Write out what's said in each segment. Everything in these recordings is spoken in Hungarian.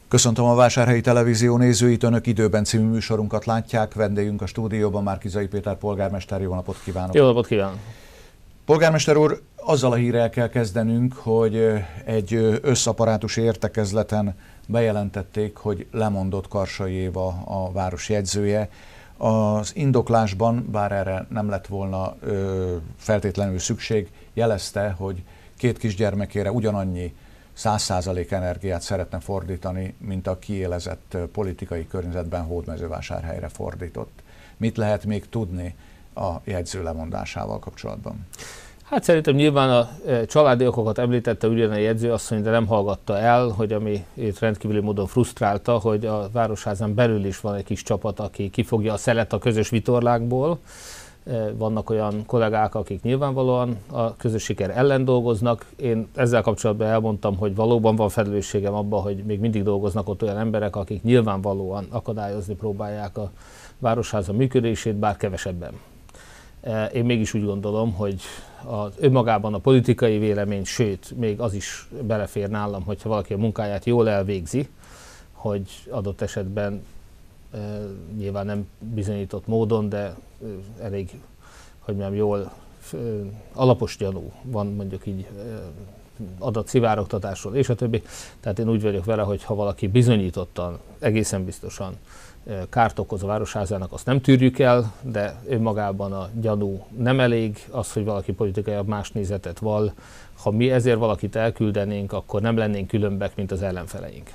Köszöntöm a Vásárhelyi Televízió nézőit, Önök Időben című műsorunkat látják. Vendégünk a stúdióban Márki-Zay Péter polgármester. Jó napot kívánok! Jó napot kívánok! Polgármester úr, azzal a hírrel kell kezdenünk, hogy egy összaparátusi értekezleten bejelentették, hogy lemondott Karsai Éva a város jegyzője. Az indoklásban, bár erre nem lett volna feltétlenül szükség, jelezte, hogy két kisgyermekére ugyanannyi 100% energiát szeretne fordítani, mint a kiélezett politikai környezetben Hódmezővásárhelyre fordított. Mit lehet még tudni a jegyző lemondásával kapcsolatban? Hát szerintem nyilván a családi okokat említette ugyan a jegyző asszony, de nem hallgatta el, hogy ami itt rendkívüli módon frusztrálta, hogy a Városházán belül is van egy kis csapat, aki kifogja a szelet a közös vitorlákból. Vannak olyan kollégák, akik nyilvánvalóan a közös siker ellen dolgoznak. Én ezzel kapcsolatban elmondtam, hogy valóban van felelősségem abban, hogy még mindig dolgoznak ott olyan emberek, akik nyilvánvalóan akadályozni próbálják a Városháza működését, bár kevesebben. Én mégis úgy gondolom, hogy önmagában a politikai vélemény, sőt, még az is belefér nálam, hogyha valaki a munkáját jól elvégzi, hogy adott esetben nyilván nem bizonyított módon, de elég, hogy mondjam, jól alapos gyanú van mondjuk így adatszivárogtatásról és a többi. Tehát én úgy vagyok vele, hogy ha valaki bizonyítottan, egészen biztosan kárt okoz a Városházának, azt nem tűrjük el, de önmagában a gyanú nem elég, az, hogy valaki politikailag más nézetet vall. Ha mi ezért valakit elküldenénk, akkor nem lennénk különbek, mint az ellenfeleink.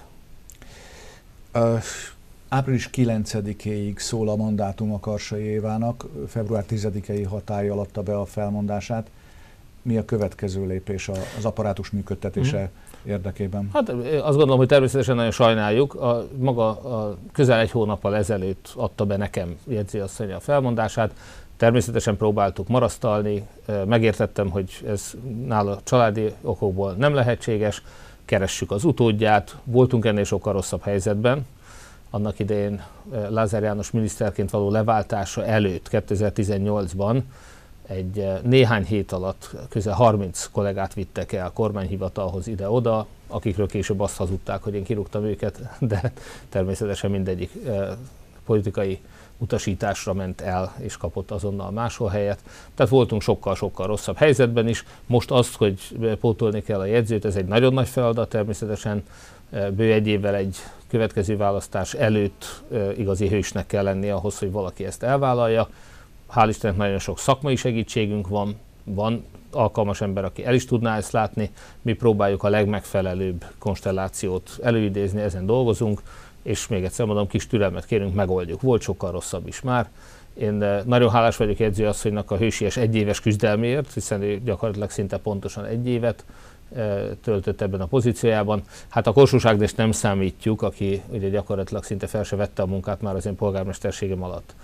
Április 9-éig szól a mandátum a Karsai Évának, február 10-i hatállyal adta be a felmondását. Mi a következő lépés az apparátus működtetése érdekében? Hát azt gondolom, hogy természetesen nagyon sajnáljuk. Maga a közel egy hónappal ezelőtt adta be nekem jegyzőasszony a felmondását. Természetesen próbáltuk marasztalni, megértettem, hogy ez nála családi okokból nem lehetséges, keressük az utódját, voltunk ennél sokkal rosszabb helyzetben. Annak idején Lázár János miniszterként való leváltása előtt, 2018-ban egy néhány hét alatt közel 30 kollégát vittek el kormányhivatalhoz ide-oda, akikről később azt hazudták, hogy én kirúgtam őket, de természetesen mindegyik politikai utasításra ment el, és kapott azonnal máshol helyet. Tehát voltunk sokkal-sokkal rosszabb helyzetben is. Most azt, hogy pótolni kell a jegyzőt, ez egy nagyon nagy feladat, természetesen bő egy évvel egy következő választás előtt igazi hősnek kell lenni ahhoz, hogy valaki ezt elvállalja. Hál' Istennek nagyon sok szakmai segítségünk van alkalmas ember, aki el is tudná ezt látni. Mi próbáljuk a legmegfelelőbb konstellációt előidézni, ezen dolgozunk, és még egyszer mondom, kis türelmet kérünk, megoldjuk. Volt sokkal rosszabb is már. Én nagyon hálás vagyok jegyzőasszonynak a hősies egyéves küzdelméért, hiszen ő gyakorlatilag szinte pontosan egy évet töltött ebben a pozíciójában. Hát a Kossuth Ágnest nem számítjuk, aki ugye gyakorlatilag szinte fel se vette a munkát már az én polgármesterségem alatt.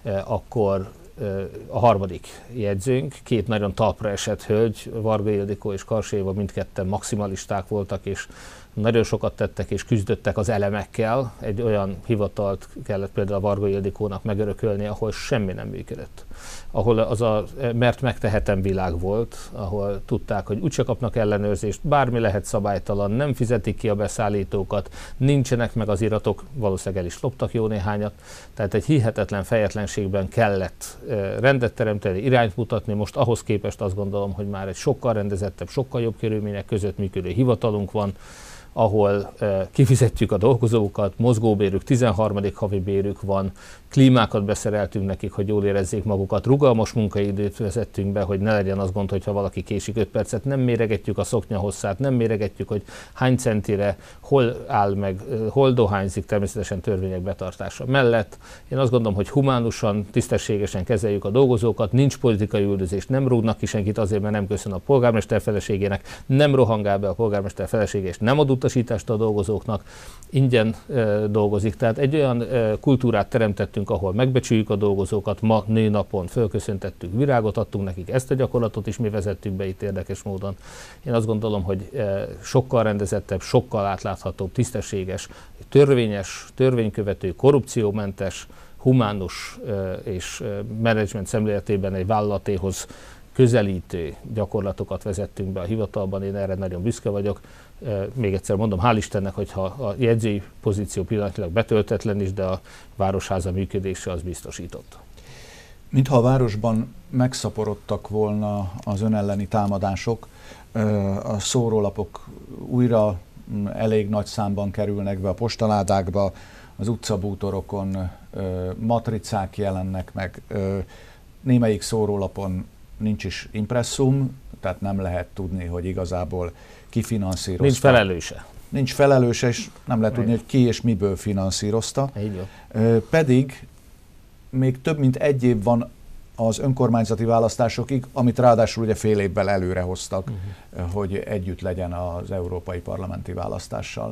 Akkor a harmadik jegyzőnk, két nagyon talpra esett hölgy, Varga Ildikó és Karsai Éva, mindketten maximalisták voltak, és nagyon sokat tettek és küzdöttek az elemekkel. Egy olyan hivatalt kellett például a Varga Ildikónak megörökölni, ahol semmi nem működött. Ahol az a mert megtehetem világ volt, ahol tudták, hogy úgyse kapnak ellenőrzést, bármi lehet szabálytalan, nem fizetik ki a beszállítókat, nincsenek meg az iratok, valószínűleg el is loptak jó néhányat. Tehát egy hihetetlen fejetlenségben kellett rendet teremteni, irányt mutatni. Most ahhoz képest azt gondolom, hogy már egy sokkal rendezettebb, sokkal jobb körülmények között működő hivatalunk van, ahol kifizetjük a dolgozókat, mozgóbérük, 13. havi bérük van, klímákat beszereltünk nekik, hogy jól érezzék magukat, rugalmas munkaidőt vezettünk be, hogy ne legyen az gond, hogyha valaki késik 5 percet, nem méregetjük a szoknya hosszát, nem méregetjük, hogy hány centire, hol áll meg, hol dohányzik, természetesen törvények betartása mellett. Én azt gondolom, hogy humánusan, tisztességesen kezeljük a dolgozókat, nincs politikai üldözés, nem rúgnak ki senkit azért, mert nem köszön a polgármester feleségének, nem rohangál be a polgármester felesége, és nem ad utasítást a dolgozóknak, ingyen dolgozik. Tehát egy olyan kultúrát teremtettünk, ahol megbecsüljük a dolgozókat, ma nőnapon fölköszöntettük, virágot adtunk nekik, ezt a gyakorlatot is mi vezettük be itt érdekes módon. Én azt gondolom, hogy sokkal rendezettebb, sokkal átláthatóbb, tisztességes, törvényes, törvénykövető, korrupciómentes, humánus és menedzsment szemléletében egy vállalatéhoz közelítő gyakorlatokat vezettünk be a hivatalban, én erre nagyon büszke vagyok. Még egyszer mondom, hál' Istennek, hogyha a jegyzői pozíció pillanatilag betöltetlen is, de a Városháza működése az biztosított. Mintha a városban megszaporodtak volna az ön elleni támadások, a szórólapok újra elég nagy számban kerülnek be a postaládákba, az utcabútorokon matricák jelennek meg, némelyik szórólapon nincs is impresszum, tehát nem lehet tudni, hogy igazából ki finanszírozta. Nincs felelőse. Nincs felelőse, és nem lehet tudni, hogy ki és miből finanszírozta. Pedig még több mint egy év van az önkormányzati választásokig, amit ráadásul ugye fél évvel előre hoztak, hogy együtt legyen az európai parlamenti választással.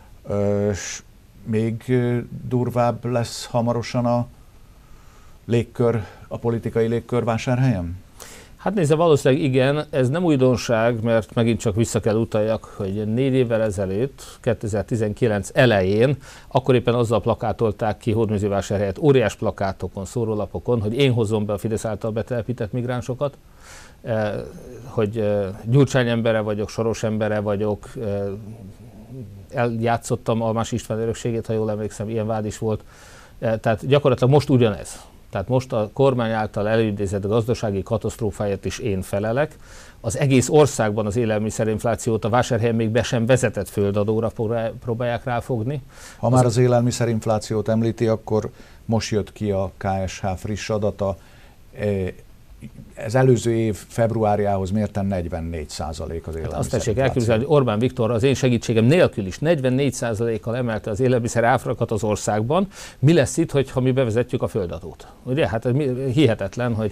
Még durvább lesz hamarosan a légkör, a politikai légkör Vásárhelyen? Hát nézze, valószínűleg igen, ez nem újdonság, mert megint csak vissza kell utaljak, hogy 4 évvel ezelőtt, 2019 elején, akkor éppen azzal plakátolták ki Hódmezővásárhelyet óriás plakátokon, szórólapokon, hogy én hozom be a Fidesz által betelepített migránsokat, hogy Gyurcsány embere vagyok, Soros embere vagyok, eljátszottam Almás István örökségét, ha jól emlékszem, ilyen vád is volt. Tehát gyakorlatilag most ugyanez. Tehát most a kormány által előidézett gazdasági katasztrófáért is én felelek. Az egész országban az élelmiszerinflációt a Vásárhelyen még be sem vezetett földadóra próbálják ráfogni. Ha már az élelmiszerinflációt említi, akkor most jött ki a KSH friss adata. Ez előző év februárjához mérten 44% az élelmiszer. Azt tessék elképzelni, hogy Orbán Viktor az én segítségem nélkül is 44%-kal emelte az élelmiszer áfrakat az országban. Mi lesz itt, hogyha mi bevezetjük a földadót? Ugye? Hát hihetetlen, hogy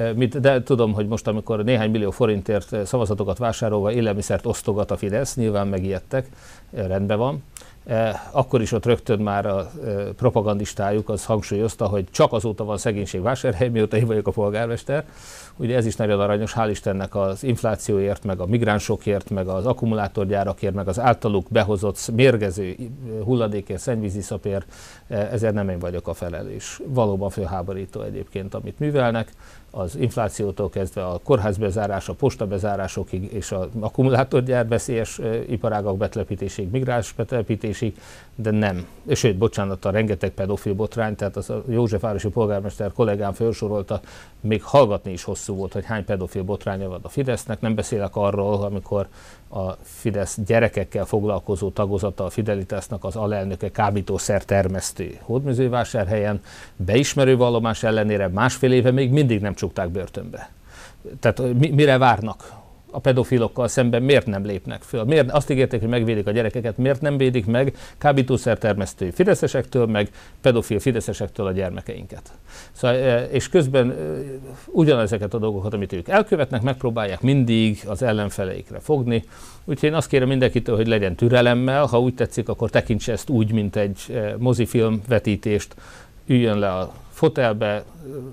de tudom, hogy most, amikor néhány millió forintért szavazatokat vásárolva élelmiszert osztogat a Fidesz, nyilván megijedtek, rendben van. Akkor is ott rögtön már a propagandistájuk az hangsúlyozta, hogy csak azóta van szegénység Vásárhely, mióta én vagyok a polgármester. Ugye ez is nagyon aranyos, hál' Istennek az inflációért, meg a migránsokért, meg az akkumulátorgyárakért, meg az általuk behozott mérgező hulladékért, szennyvíziszapért, ezért nem én vagyok a felelős. Valóban fölháborító egyébként, amit művelnek. Az inflációtól kezdve a kórházbezárás, a postabezárásokig és az akkumulátorgyár veszélyes iparágak betelepítésig, migráns betelepítésig, de nem. És sőt, bocsánat, a rengeteg pedofil botrány, tehát az a Józsefvárosi polgármester kollégám felsorolta, még hallgatni is hosszú volt, hogy hány pedofil botránya van a Fidesznek. Nem beszélek arról, amikor a Fidesz gyerekekkel foglalkozó tagozata a Fidelitásnak az alelnöke kábítószer termesztő Hódmezővásárhelyen beismerő vallomás ellenére másfél éve még mindig nem csukták börtönbe. Tehát mire várnak? A pedofilokkal szemben miért nem lépnek föl? Miért azt ígérték, hogy megvédik a gyerekeket, miért nem védik meg kábítószertermesztő fideszesektől, meg pedofil fideszesektől a gyermekeinket? Szóval, és közben ugyanezeket a dolgokat, amit ők elkövetnek, megpróbálják mindig az ellenfeleikre fogni. Úgyhogy én azt kérem mindenkitől, hogy legyen türelemmel, ha úgy tetszik, akkor tekintse ezt úgy, mint egy mozifilm vetítést, üljön le a fotelbe,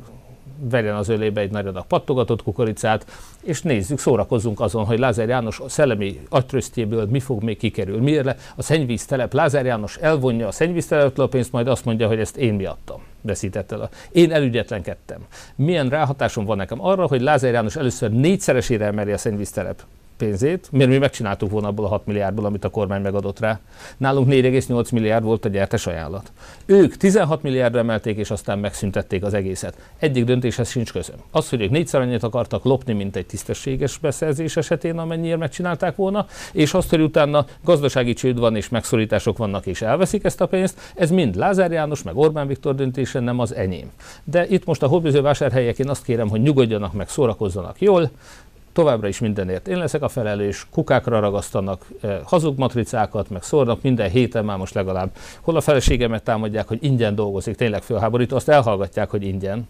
vegyen az ölébe egy nagy adag pattogatott kukoricát, és nézzük, szórakozzunk azon, hogy Lázár János a szellemi agytrösztjéből mi fog még kikerülni. Miért a szennyvíztelep? Lázár János elvonja a szennyvízteleptől a pénzt, majd azt mondja, hogy ezt én miattam veszített el. Én elügyetlenkedtem. Milyen ráhatásom van nekem arra, hogy Lázár János először 4-szeresére emeli a szennyvíztelep pénzét, mert mi megcsináltuk volna abból a 6 milliárdból, amit a kormány megadott rá. Nálunk 4,8 milliárd volt a gyertes ajánlat. Ők 16 milliárdra emelték, és aztán megszüntették az egészet. Egyik döntéshez sincs közöm. Az, hogy ők 4-szer annyit akartak lopni, mint egy tisztességes beszerzés esetén, amennyire megcsinálták volna, és azt, hogy utána gazdasági csőd van, és megszorítások vannak, és elveszik ezt a pénzt, ez mind Lázár János, meg Orbán Viktor döntése, nem az enyém. De itt most a Hódmezővásárhelyekén azt kérem, hogy nyugodjanak meg, szórakozzanak jól. Továbbra is mindenért én leszek a felelős, kukákra ragasztanak hazug matricákat, meg szórnak minden héten már most legalább. Hol a feleségemet támadják, hogy ingyen dolgozik, tényleg fölháborító, azt elhallgatják, hogy ingyen.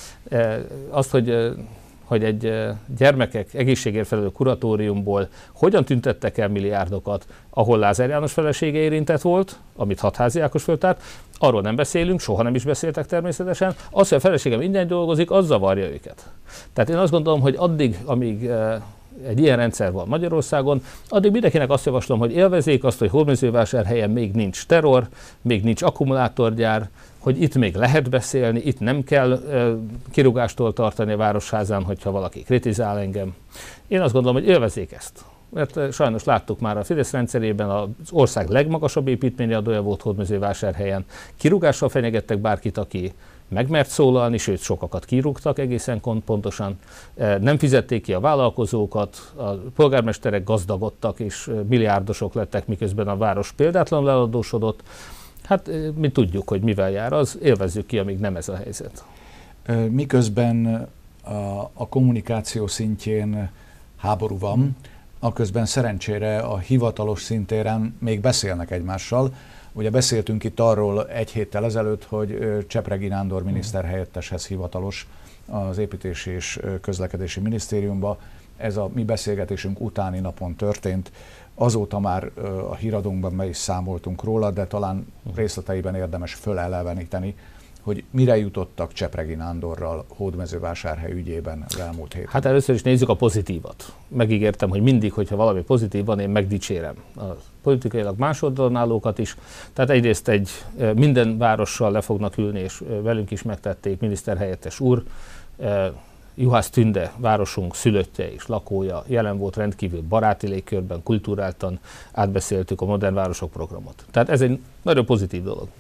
Azt, hogy egy gyermekek egészségért felelő kuratóriumból hogyan tüntettek el milliárdokat, ahol Lázár János felesége érintett volt, amit Hatházi Ákos föltárt, arról nem beszélünk, soha nem is beszéltek természetesen. Az, hogy a feleségem ingyen dolgozik, az zavarja őket. Tehát én azt gondolom, hogy addig, amíg egy ilyen rendszer van Magyarországon, addig mindenkinek azt javaslom, hogy élvezzék azt, hogy Hódmezővásárhelyen még nincs terror, még nincs akkumulátorgyár, hogy itt még lehet beszélni, itt nem kell kirúgástól tartani a Városházán, hogyha valaki kritizál engem. Én azt gondolom, hogy élvezzék ezt. Mert sajnos láttuk már a Fidesz rendszerében, az ország legmagasabb építményadója volt Hódmezővásárhelyen. Kirúgással fenyegettek bárkit, aki megmert szólalni, sőt sokakat kirúgtak egészen pontosan. Nem fizették ki a vállalkozókat, a polgármesterek gazdagodtak és milliárdosok lettek, miközben a város példátlanul eladósodott. Hát mi tudjuk, hogy mivel jár az, élvezzük ki, amíg nem ez a helyzet. Miközben a kommunikáció szintjén háború van, aközben szerencsére a hivatalos szintéren még beszélnek egymással. Ugye beszéltünk itt arról egy héttel ezelőtt, hogy Csepregi Nándor miniszterhelyetteshez hivatalos az Építési és Közlekedési Minisztériumban. Ez a mi beszélgetésünk utáni napon történt. Azóta már a híradónkban meg is számoltunk róla, de talán részleteiben érdemes föleleveníteni, hogy mire jutottak Csepregi Nándorral Hódmezővásárhely ügyében az elmúlt héten. Hát először is nézzük a pozitívat. Megígértem, hogy mindig, hogyha valami pozitív van, én megdicsérem a politikailag másoldalon állókat is. Tehát egyrészt minden várossal le fognak ülni, és velünk is megtették miniszterhelyettes úr. Juhász Tünde, városunk szülöttje és lakója jelen volt, rendkívül baráti légkörben, kulturáltan átbeszéltük a Modern Városok programot. Tehát ez egy nagyon pozitív dolog.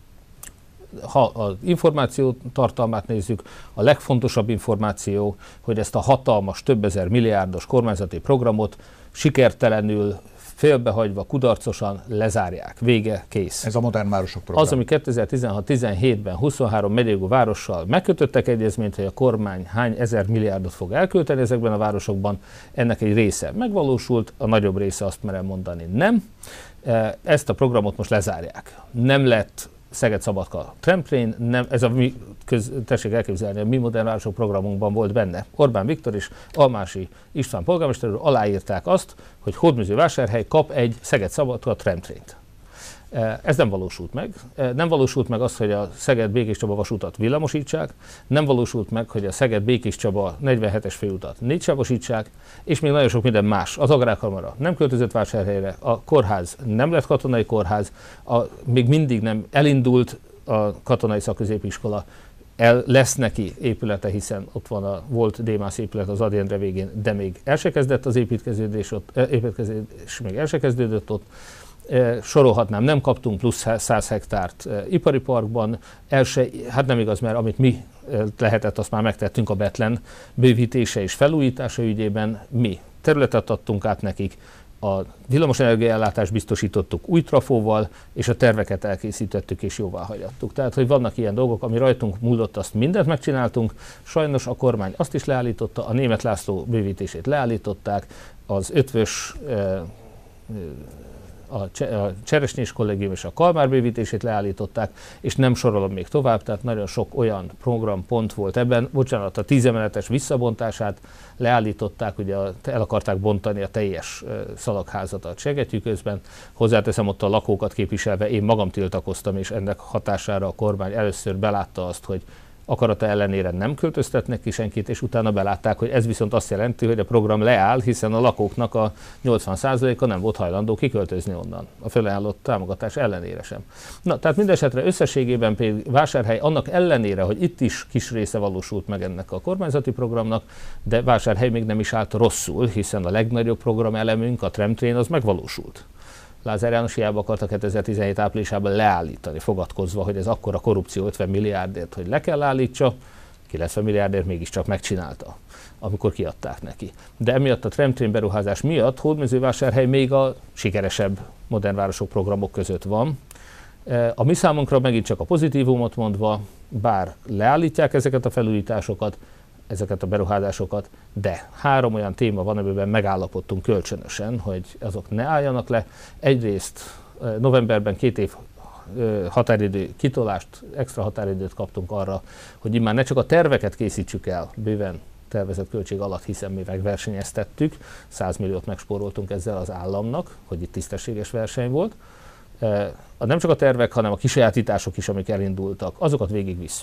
Ha az információ tartalmát nézzük, a legfontosabb információ, hogy ezt a hatalmas, több ezer milliárdos kormányzati programot sikertelenül, félbehagyva, kudarcosan lezárják. Vége, kész. Ez a Modern Városok program. Az, ami 2016-17-ben 23 megyégú várossal megkötöttek egyezményt, hogy a kormány hány ezer milliárdot fog elkölteni ezekben a városokban, ennek egy része megvalósult, a nagyobb része, azt merem mondani, nem. Ezt a programot most lezárják. Nem lett Szeged-Szabadka tramtrain, nem, ez a mi, tessék elképzelni, a mi Modern Városok programunkban volt benne. Orbán Viktor és Almási István polgármester úr aláírták azt, hogy Hódmezővásárhely kap egy Szeged-Szabadka tramtraint. Ez nem valósult meg. Nem valósult meg az, hogy a Szeged-Békéscsaba vasútat villamosítsák, nem valósult meg, hogy a Szeged-Békéscsaba 47-es főutat négysávosítsák, és még nagyon sok minden más. Az Agrárkamara nem költözött Vásárhelyre, a kórház nem lett katonai kórház, még mindig nem elindult a katonai szakközépiskola, lesz neki épülete, hiszen ott van a volt Démász épület az Ady Endre végén, de még el se kezdett az építkezés még el se kezdődött ott. Sorolhatnám, nem kaptunk plusz 100 hektárt ipari parkban, hát nem igaz, mert amit mi lehetett, azt már megtettünk a Betlen bővítése és felújítása ügyében, mi területet adtunk át nekik, a villamosenergiaellátást biztosítottuk új trafóval, és a terveket elkészítettük és jóvá hagyattuk. Tehát, hogy vannak ilyen dolgok, ami rajtunk múlott, azt mindent megcsináltunk, sajnos a kormány azt is leállította, a Németh László bővítését leállították, az ötvös a Cseresnyés kollégium és a Kalmár bővítését leállították, és nem sorolom még tovább, tehát nagyon sok olyan programpont volt ebben. Bocsánat, a 10 emeletes visszabontását leállították, ugye el akarták bontani a teljes szalagházat a Csegettyűközben. Hozzáteszem, ott a lakókat képviselve én magam tiltakoztam, és ennek hatására a kormány először belátta azt, hogy akarata ellenére nem költöztetnek ki senkit, és utána belátták, hogy ez viszont azt jelenti, hogy a program leáll, hiszen a lakóknak a 80%-a nem volt hajlandó kiköltözni onnan, a fölajánlott támogatás ellenére sem. Na, tehát mindesetre összességében például Vásárhely annak ellenére, hogy itt is kis része valósult meg ennek a kormányzati programnak, de Vásárhely még nem is állt rosszul, hiszen a legnagyobb programelemünk, a tramtrain, az megvalósult. Lázár János hiába akarta 2017 áprilisában leállítani, fogadkozva, hogy ez akkora korrupció 50 milliárdért, hogy le kell állítsa, 90 milliárdért mégiscsak megcsinálta, amikor kiadták neki. De emiatt a tramtrain beruházás miatt Hódmezővásárhely még a sikeresebb Modern Városok programok között van. A mi számunkra megint csak a pozitívumot mondva, bár leállítják ezeket a felújításokat, ezeket a beruházásokat, de 3 olyan téma van, amiben megállapodtunk kölcsönösen, hogy azok ne álljanak le. Egyrészt novemberben 2 év határidő kitolást, extra határidőt kaptunk arra, hogy immár ne csak a terveket készítsük el bőven tervezett költség alatt, hiszen mi megversenyeztettük, 100 milliót megspóroltunk ezzel az államnak, hogy itt tisztességes verseny volt. Nem csak a tervek, hanem a kisajátítások is, amik elindultak, azokat végigvisszük.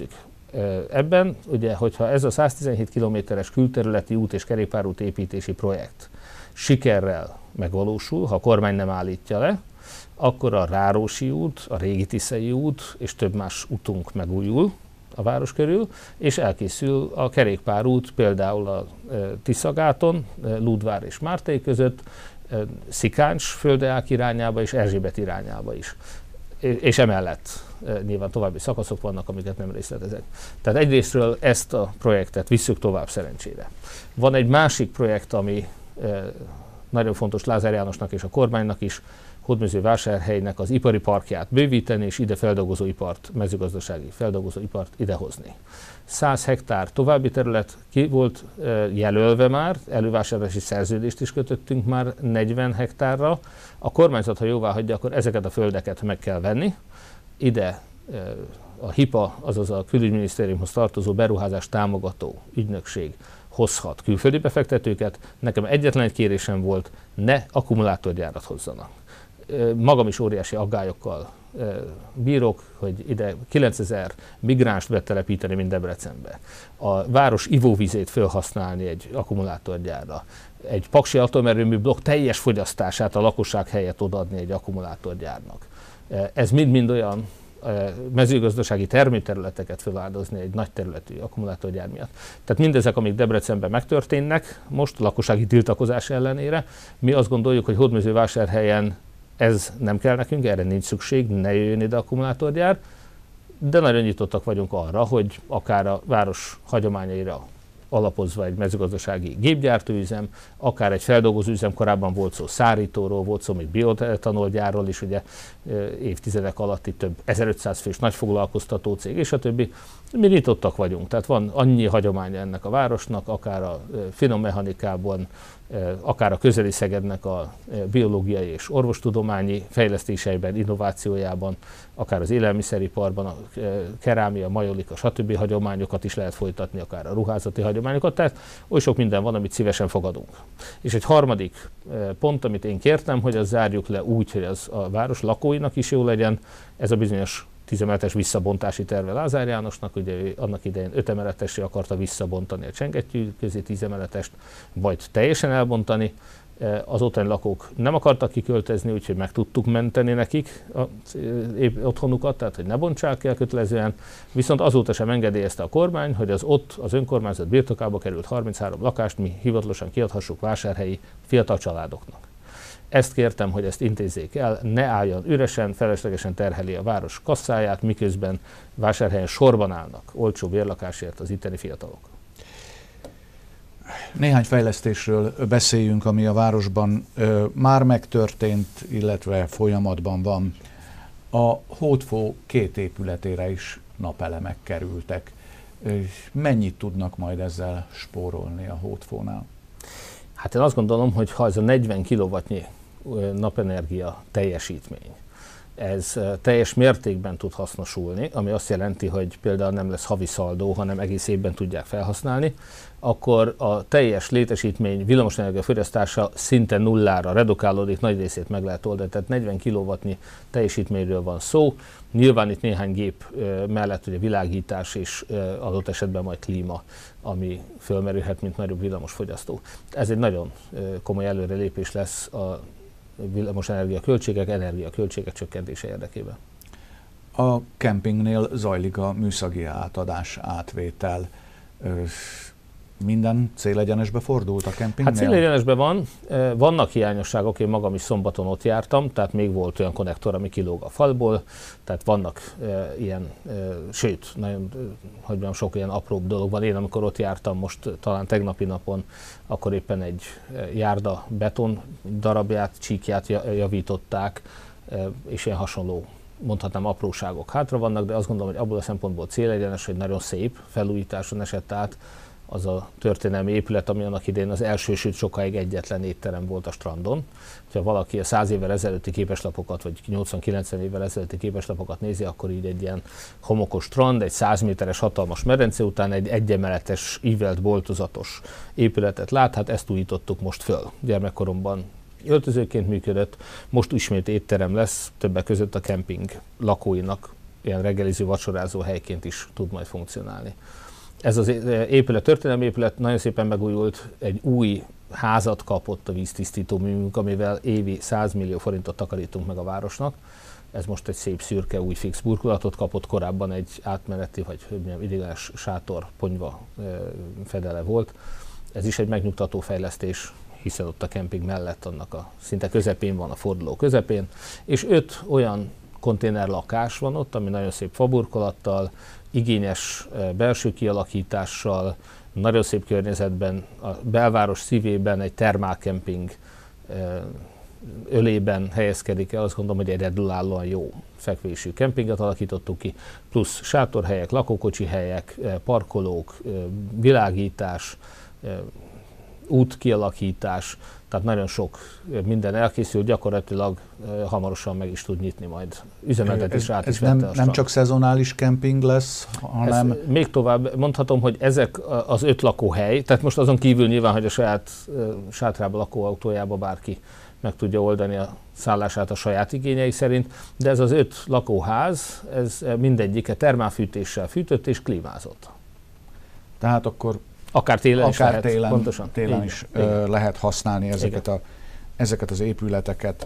ebben, ugye, hogyha ez a 117 kilométeres külterületi út és kerékpárút építési projekt sikerrel megvalósul, ha a kormány nem állítja le, akkor a Rárósi út, a Régi Tiszai út és több más utunk megújul a város körül, és elkészül a kerékpárút például a Tiszagáton, Ludvár és Mártai között, Szikáncs földeák irányába és Erzsébet irányába is. És emellett nyilván további szakaszok vannak, amiket nem részletezek. Tehát egyrésztről ezt a projektet visszük tovább szerencsére. Van egy másik projekt, ami nagyon fontos Lázár Jánosnak és a kormánynak is, Hódmezővásárhelynek az ipari parkját bővíteni, és ide feldolgozóipart, mezőgazdasági feldolgozóipart idehozni. 100 hektár további terület ki volt jelölve már, elővásárlási szerződést is kötöttünk már 40 hektárra. A kormányzat, ha jóvá hagyja, akkor ezeket a földeket meg kell venni. Ide a HIPA, azaz a Külügyminisztériumhoz tartozó beruházás támogató ügynökség hozhat külföldi befektetőket. Nekem egyetlen egy kérésem volt, ne akkumulátorgyárat hozzanak. Magam is óriási aggályokkal bírok, hogy ide 9000 migránst betelepíteni, mint Debrecenbe. A város ivóvizét felhasználni egy akkumulátorgyárra. Egy paksi atomerőmű blokk teljes fogyasztását a lakosság helyett odaadni egy akkumulátorgyárnak. Ez mind-mind olyan mezőgazdasági termőterületeket feláldozni egy nagy területű akkumulátorgyár miatt. Tehát mindezek, amik Debrecenben megtörténnek most lakossági tiltakozás ellenére, mi azt gondoljuk, hogy Hódmezővásárhelyen ez nem kell nekünk, erre nincs szükség, ne jöjjön ide akkumulátorgyár, de nagyon nyitottak vagyunk arra, hogy akár a város hagyományaira alapozva egy mezőgazdasági gépgyártóüzem, akár egy feldolgozóüzem, korábban volt szó szárítóról, volt szó még bioetanolgyárról is, ugye évtizedek alatti több 1500 fős nagyfoglalkoztató cég, és a többi. Mi nyitottak vagyunk, tehát van annyi hagyománya ennek a városnak, akár a finom mechanikában, akár a közeli Szegednek a biológiai és orvostudományi fejlesztéseiben, innovációjában, akár az élelmiszeriparban, a kerámia, majolika, stb. Hagyományokat is lehet folytatni, akár a ruházati hagyományokat, tehát oly sok minden van, amit szívesen fogadunk. És egy harmadik pont, amit én kértem, hogy azt zárjuk le úgy, hogy az a város lakóinak is jó legyen, ez a bizonyos 10 emeletes visszabontási terve Lázár Jánosnak, ugye ő annak idején 5 emeletesre akarta visszabontani a Csengettyű közé 10 emeletest, vagy teljesen elbontani. Az ottani lakók nem akartak kiköltözni, úgyhogy meg tudtuk menteni nekik az otthonukat, tehát hogy ne bontsák el kötelezően, viszont azóta sem engedélyezte a kormány, hogy az önkormányzat birtokába került 33 lakást mi hivatalosan kiadhassuk vásárhelyi fiatal családoknak. Ezt kértem, hogy ezt intézzék el, ne álljon üresen, feleslegesen terheli a város kasszáját, miközben Vásárhelyen sorban állnak olcsó bérlakásért az itteni fiatalok. Néhány fejlesztésről beszéljünk, ami a városban már megtörtént, illetve folyamatban van. A Hódfó 2 épületére is napelemek kerültek. Mennyit tudnak majd ezzel spórolni a Hódfónál? Hát én azt gondolom, hogy ha ez a 40 kW-nyi napenergia teljesítmény, ez teljes mértékben tud hasznosulni, ami azt jelenti, hogy például nem lesz havi szaldó, hanem egész évben tudják felhasználni, akkor a teljes létesítmény villamosenergia fogyasztása szinte nullára redukálódik, nagy részét meg lehet oldani, tehát 40 kW-nyi teljesítményről van szó. Nyilván itt néhány gép mellett ugye világítás és adott esetben majd klíma, ami fölmerülhet, mint nagyobb villamosfogyasztó. Ez egy nagyon komoly előrelépés lesz a villamosenergia költségek, energiaköltségek csökkentése érdekében. A kempingnél zajlik a műszaki átadás, átvétel. Minden célegyenesbe fordult a kempingnél? Hát célegyenesben van, vannak hiányosságok, én magam is szombaton ott jártam, tehát még volt olyan konnektor, ami kilóg a falból, tehát vannak ilyen, sőt, nagyon, hogy mondjam, sok ilyen apróbb dolog van. Én amikor ott jártam most talán tegnapi napon, akkor éppen egy járda beton darabját, csíkját javították, és ilyen hasonló, mondhatnám, apróságok hátra vannak, de azt gondolom, hogy abból a szempontból célegyenes, hogy nagyon szép felújításon esett át az a történelmi épület, ami annak idején az első, sőt sokáig egyetlen étterem volt a strandon. Ha valaki a 100 évvel ezelőtti képeslapokat, vagy 80-90 évvel ezelőtti képeslapokat nézi, akkor így egy ilyen homokos strand, egy 100 méteres hatalmas medence után egy egyemeletes, ívelt, boltozatos épületet lát, hát ezt újítottuk most föl. Gyermekkoromban öltözőként működött, most ismét étterem lesz, többek között a kemping lakóinak ilyen reggeliző, vacsorázó helyként is tud majd funkcionálni. Ez az épület, történelmi épület nagyon szépen megújult, egy új házat kapott a víztisztító műünk, amivel évi 100 millió forintot takarítunk meg a városnak. Ez most egy szép szürke, új fix burkolatot kapott, korábban egy átmeneti, vagy ideiglenes sátor, ponyva fedele volt. Ez is egy megnyugtató fejlesztés, hiszen ott a kemping mellett annak a szinte közepén van, a forduló közepén, és 5 olyan konténerlakás van ott, ami nagyon szép faburkolattal, igényes belső kialakítással, nagyon szép környezetben, a belváros szívében egy termálkemping ölében helyezkedik el. Azt gondolom, hogy egy egyedülállóan jó fekvésű kempinget alakítottuk ki, plusz sátorhelyek, lakókocsi helyek, parkolók, világítás, útkialakítás, tehát nagyon sok minden elkészül, gyakorlatilag hamarosan meg is tud nyitni majd. Üzemeltet is át is vette a nem csak szezonális kemping lesz, hanem... Még tovább mondhatom, hogy ezek az 5 lakóhely, tehát most azon kívül nyilván, hogy a saját sátrába, lakóautójába bárki meg tudja oldani a szállását a saját igényei szerint, de ez az 5 lakóház, ez mindegyike termálfűtéssel fűtött és klímázott. Tehát akkor akár télen is lehet. Télen is lehet használni ezeket az épületeket.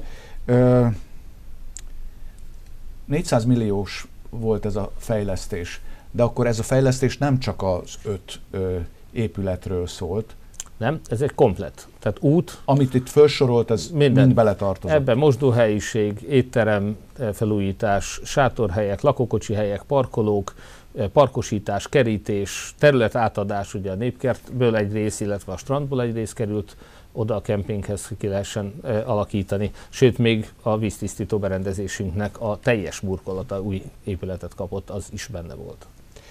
400 milliós volt ez a fejlesztés, de akkor ez a fejlesztés nem csak az 5 épületről szólt. Nem, ez egy komplett. Tehát út. Amit itt felsorolt, ez mind beletartozott. Ebben mosdóhelyiség, étterem felújítás, sátorhelyek, lakókocsi helyek, parkolók, parkosítás, kerítés, területátadás, ugye a népkertből egy rész, illetve a strandból egy rész került oda a kempinghez, ki lehessen alakítani, sőt még a víztisztító berendezésünknek a teljes burkolata új épületet kapott, az is benne volt.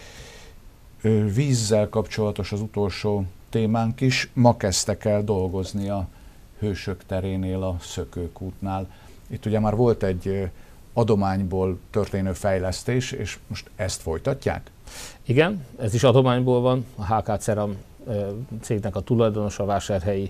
Vízzel kapcsolatos az utolsó témánk is. Ma kezdtek el dolgozni a Hősök terénél, a Szökőkútnál. Itt ugye már volt egy adományból történő fejlesztés, és most ezt folytatják? Igen, ez is adományból van. A HK Ceram cégnek a tulajdonosa, a vásárhelyi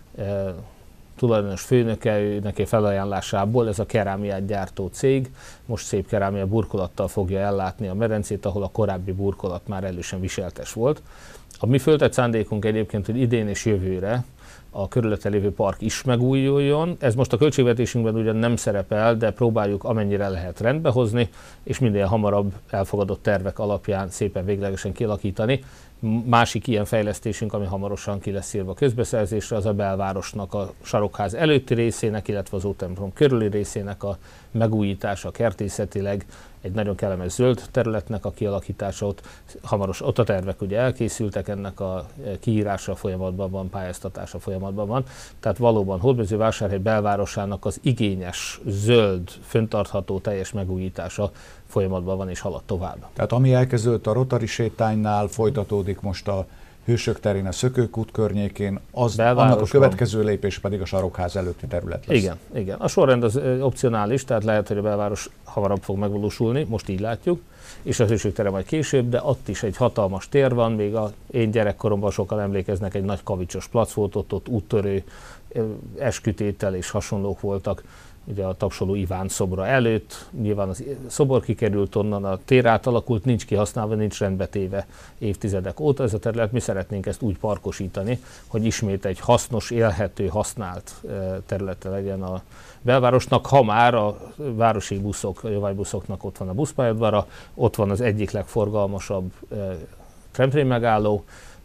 tulajdonos főnöke, neki felajánlásából ez a kerámiát gyártó cég most szép kerámia burkolattal fogja ellátni a medencét, ahol a korábbi burkolat már erősen viseltes volt. A mi föltett szándékunk egyébként, hogy idén és jövőre a körülötte lévő park is megújuljon. Ez most a költségvetésünkben ugyan nem szerepel, de próbáljuk amennyire lehet rendbe hozni, és minél hamarabb elfogadott tervek alapján szépen véglegesen kialakítani. Másik ilyen fejlesztésünk, ami hamarosan ki lesz írva közbeszerzésre, az a belvárosnak a sarokház előtti részének, illetve az Ótemplom körüli részének a megújítása kertészetileg, egy nagyon kellemes zöld területnek a kialakítása. Ott a tervek ugye elkészültek, ennek a kiírása folyamatban van, pályáztatása folyamatban van. Tehát valóban Hódmezővásárhely belvárosának az igényes, zöld, fenntartható, teljes megújítása folyamatban van és halad tovább. Tehát ami elkezdődött a Rotary sétánynál, folytatódik most a Hősök terén, a Szökőkút környékén, annak a következő lépés pedig a sarokház előtti terület lesz. Igen. A sorrend az opcionális, tehát lehet, hogy a belváros hamarabb fog megvalósulni, most így látjuk, és a Hősök tere majd később, de ott is egy hatalmas tér van, még én gyerekkoromban sokan emlékeznek, egy nagy kavicsos plac volt, ott úttörő, eskütétel és hasonlók voltak. Ugye a Tapsoló Iván szobra előtt, nyilván az szobor kikerült onnan, a tér átalakult, nincs kihasználva, nincs rendbetéve évtizedek óta ez a terület. Mi szeretnénk ezt úgy parkosítani, hogy ismét egy hasznos, élhető, használt területe legyen a belvárosnak, ha már a városi buszok, a jogánybuszoknak ott van a buszpályadvara, ott van az egyik legforgalmasabb tramtrén megálló,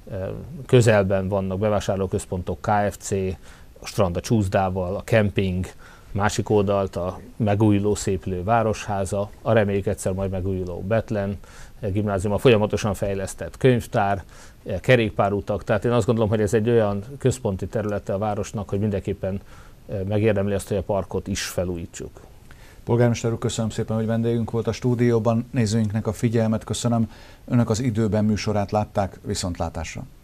közelben vannak bevásárlóközpontok, KFC, a strand a csúszdával, a kemping, másik oldalt a megújuló széplő városháza, a reméljük egyszer majd megújuló Bethlen gimnázium, a folyamatosan fejlesztett könyvtár, kerékpárutak, tehát én azt gondolom, hogy ez egy olyan központi területe a városnak, hogy mindenképpen megérdemli azt, hogy a parkot is felújítsuk. Polgármester úr, köszönöm szépen, hogy vendégünk volt a stúdióban, nézőinknek a figyelmet köszönöm. Önök az Időben műsorát látták, viszontlátásra.